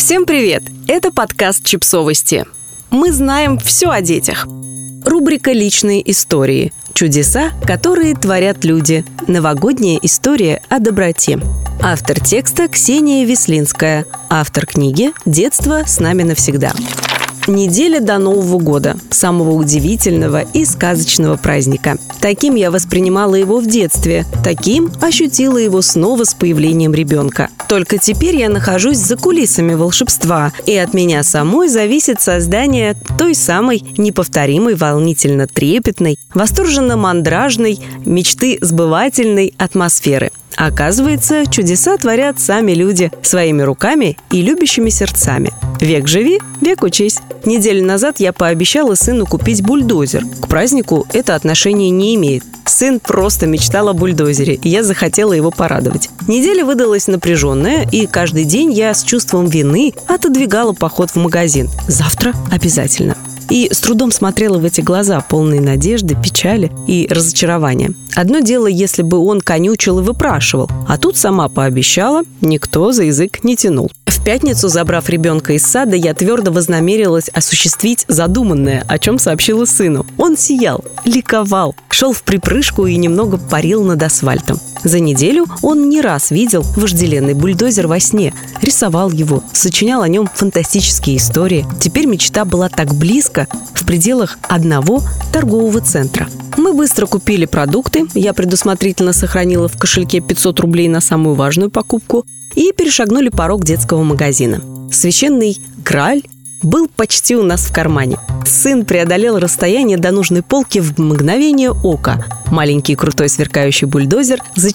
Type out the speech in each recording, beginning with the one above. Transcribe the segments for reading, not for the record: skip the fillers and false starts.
Всем привет! Это подкаст «Чипсовости». Мы знаем все о детях. Рубрика «Личные истории». Чудеса, которые творят люди. Новогодняя история о доброте. Автор текста Ксения Веслинская. Автор книги «Детство с нами навсегда». Неделя до Нового года, самого удивительного и сказочного праздника. Таким я воспринимала его в детстве, таким ощутила его снова с появлением ребенка. Только теперь я нахожусь за кулисами волшебства, и от меня самой зависит создание той самой неповторимой, волнительно трепетной, восторженно-мандражной, мечты сбывательной атмосферы. Оказывается, чудеса творят сами люди своими руками и любящими сердцами. Век живи, век учись. Неделю назад я пообещала сыну купить бульдозер. К празднику это отношение не имеет. Сын просто мечтал о бульдозере, и я захотела его порадовать. Неделя выдалась напряженная, и каждый день я с чувством вины отодвигала поход в магазин. Завтра обязательно. И с трудом смотрела в эти глаза, полные надежды, печали и разочарования. Одно дело, если бы он конючил и выпрашивал, а тут сама пообещала, никто за язык не тянул. В пятницу, забрав ребенка из сада, я твердо вознамерилась осуществить задуманное, о чем сообщила сыну. Он сиял, ликовал, шел в припрыжку и немного парил над асфальтом. За неделю он не раз видел вожделенный бульдозер во сне, рисовал его, сочинял о нем фантастические истории. Теперь мечта была так близко, в пределах одного торгового центра. Мы быстро купили продукты, я предусмотрительно сохранила в кошельке 500 рублей на самую важную покупку и перешагнули порог детского магазина. Священный Грааль был почти у нас в кармане. Сын преодолел расстояние до нужной полки в мгновение ока. Маленький крутой сверкающий бульдозер за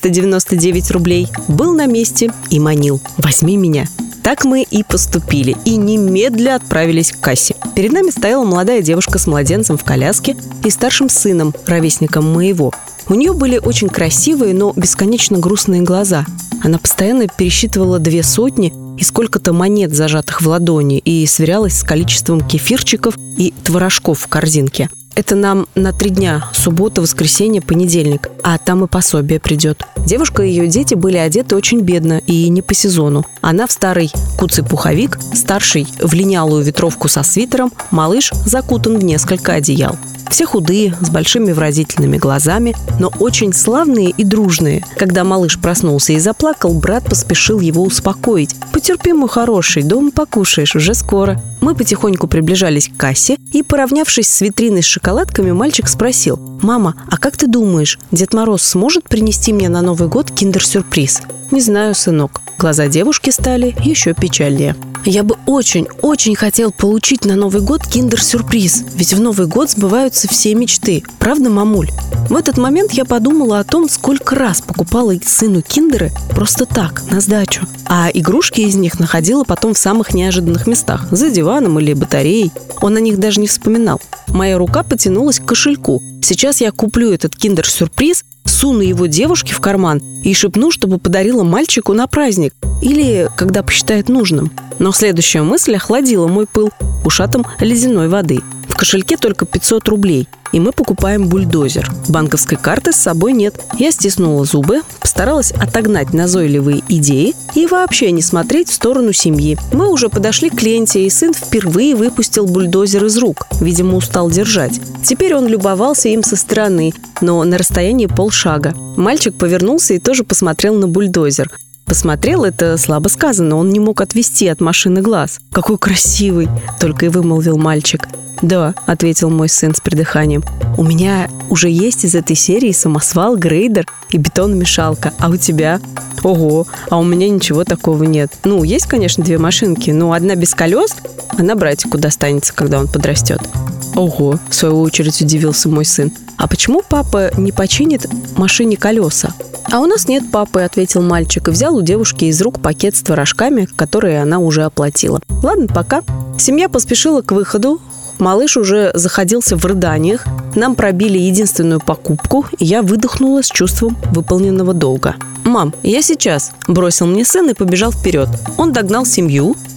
499 рублей был на месте и манил: «Возьми меня». Так мы и поступили, и немедля отправились к кассе. Перед нами стояла молодая девушка с младенцем в коляске и старшим сыном, ровесником моего. У нее были очень красивые, но бесконечно грустные глаза. Она постоянно пересчитывала 200 и сколько-то монет, зажатых в ладони, и сверялась с количеством кефирчиков и творожков в корзинке. Это нам на 3 дня: суббота, воскресенье, понедельник. А там и пособие придет. Девушка и ее дети были одеты очень бедно и не по сезону. Она в старый куцый пуховик, старший в линялую ветровку со свитером, малыш закутан в несколько одеял. Все худые, с большими выразительными глазами, но очень славные и дружные. Когда малыш проснулся и заплакал, брат поспешил его успокоить. «Потерпи, мой хороший, дома покушаешь, уже скоро». Мы потихоньку приближались к кассе, и, поравнявшись с витриной с шоколадками, мальчик спросил: «Мама, а как ты думаешь, Дед Мороз сможет принести мне на Новый год киндер-сюрприз?» «Не знаю, сынок». Глаза девушки стали еще печальнее. «Я бы очень хотел получить на Новый год киндер-сюрприз, ведь в Новый год сбываются все мечты. Правда, мамуль?» В этот момент я подумала о том, сколько раз покупала сыну киндеры просто так, на сдачу. А игрушки из них находила потом в самых неожиданных местах, за диваном или батареей. Он о них даже не вспоминал. Моя рука потянулась к кошельку. Сейчас я куплю этот киндер-сюрприз, суну его девушке в карман и шепну, чтобы подарила мальчику на праздник или когда посчитает нужным. Но следующая мысль охладила мой пыл ушатом ледяной воды. В кошельке только 500 рублей, и мы покупаем бульдозер. Банковской карты с собой нет. Я стиснула зубы, постаралась отогнать назойливые идеи и вообще не смотреть в сторону семьи. Мы уже подошли к ленте, и сын впервые выпустил бульдозер из рук. Видимо, устал держать. Теперь он любовался им со стороны, но на расстоянии полшага. Мальчик повернулся и тоже посмотрел на бульдозер. Посмотрел — это слабо сказано, он не мог отвести от машины глаз. «Какой красивый!» — только и вымолвил мальчик. «Да», — ответил мой сын с придыханием. «У меня уже есть из этой серии самосвал, грейдер и бетономешалка. А у тебя?» «Ого, а у меня ничего такого нет. Ну, есть, конечно, 2 машинки, но одна без колес, она братику достанется, когда он подрастет». «Ого», — в свою очередь удивился мой сын. «А почему папа не починит машине колеса?» «А у нас нет папы», — ответил мальчик и взял у девушки из рук пакет с творожками, которые она уже оплатила. «Ладно, пока». Семья поспешила к выходу. Малыш уже заходился в рыданиях. Нам пробили единственную покупку, и я выдохнула с чувством выполненного долга. «Мам, я сейчас», – бросил мне сын и побежал вперед. Он догнал семью,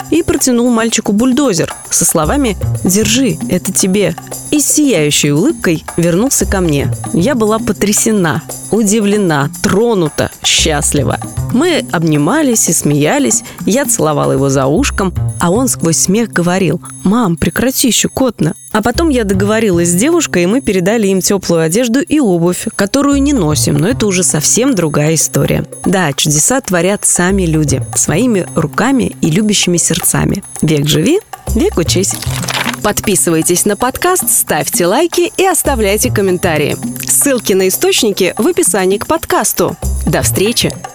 и протянул мальчику бульдозер со словами «Держи, это тебе». И с сияющей улыбкой вернулся ко мне. Я была потрясена, удивлена, тронута, счастлива. Мы обнимались и смеялись, я целовала его за ушком, а он сквозь смех говорил: «Мам, прекрати, щекотно». А потом я договорилась с девушкой, и мы передали им теплую одежду и обувь, которую не носим, но это уже совсем другая история. Да, чудеса творят сами люди, своими руками и любящими сердцами. Век живи, век учись. Подписывайтесь на подкаст, ставьте лайки и оставляйте комментарии. Ссылки на источники в описании к подкасту. До встречи!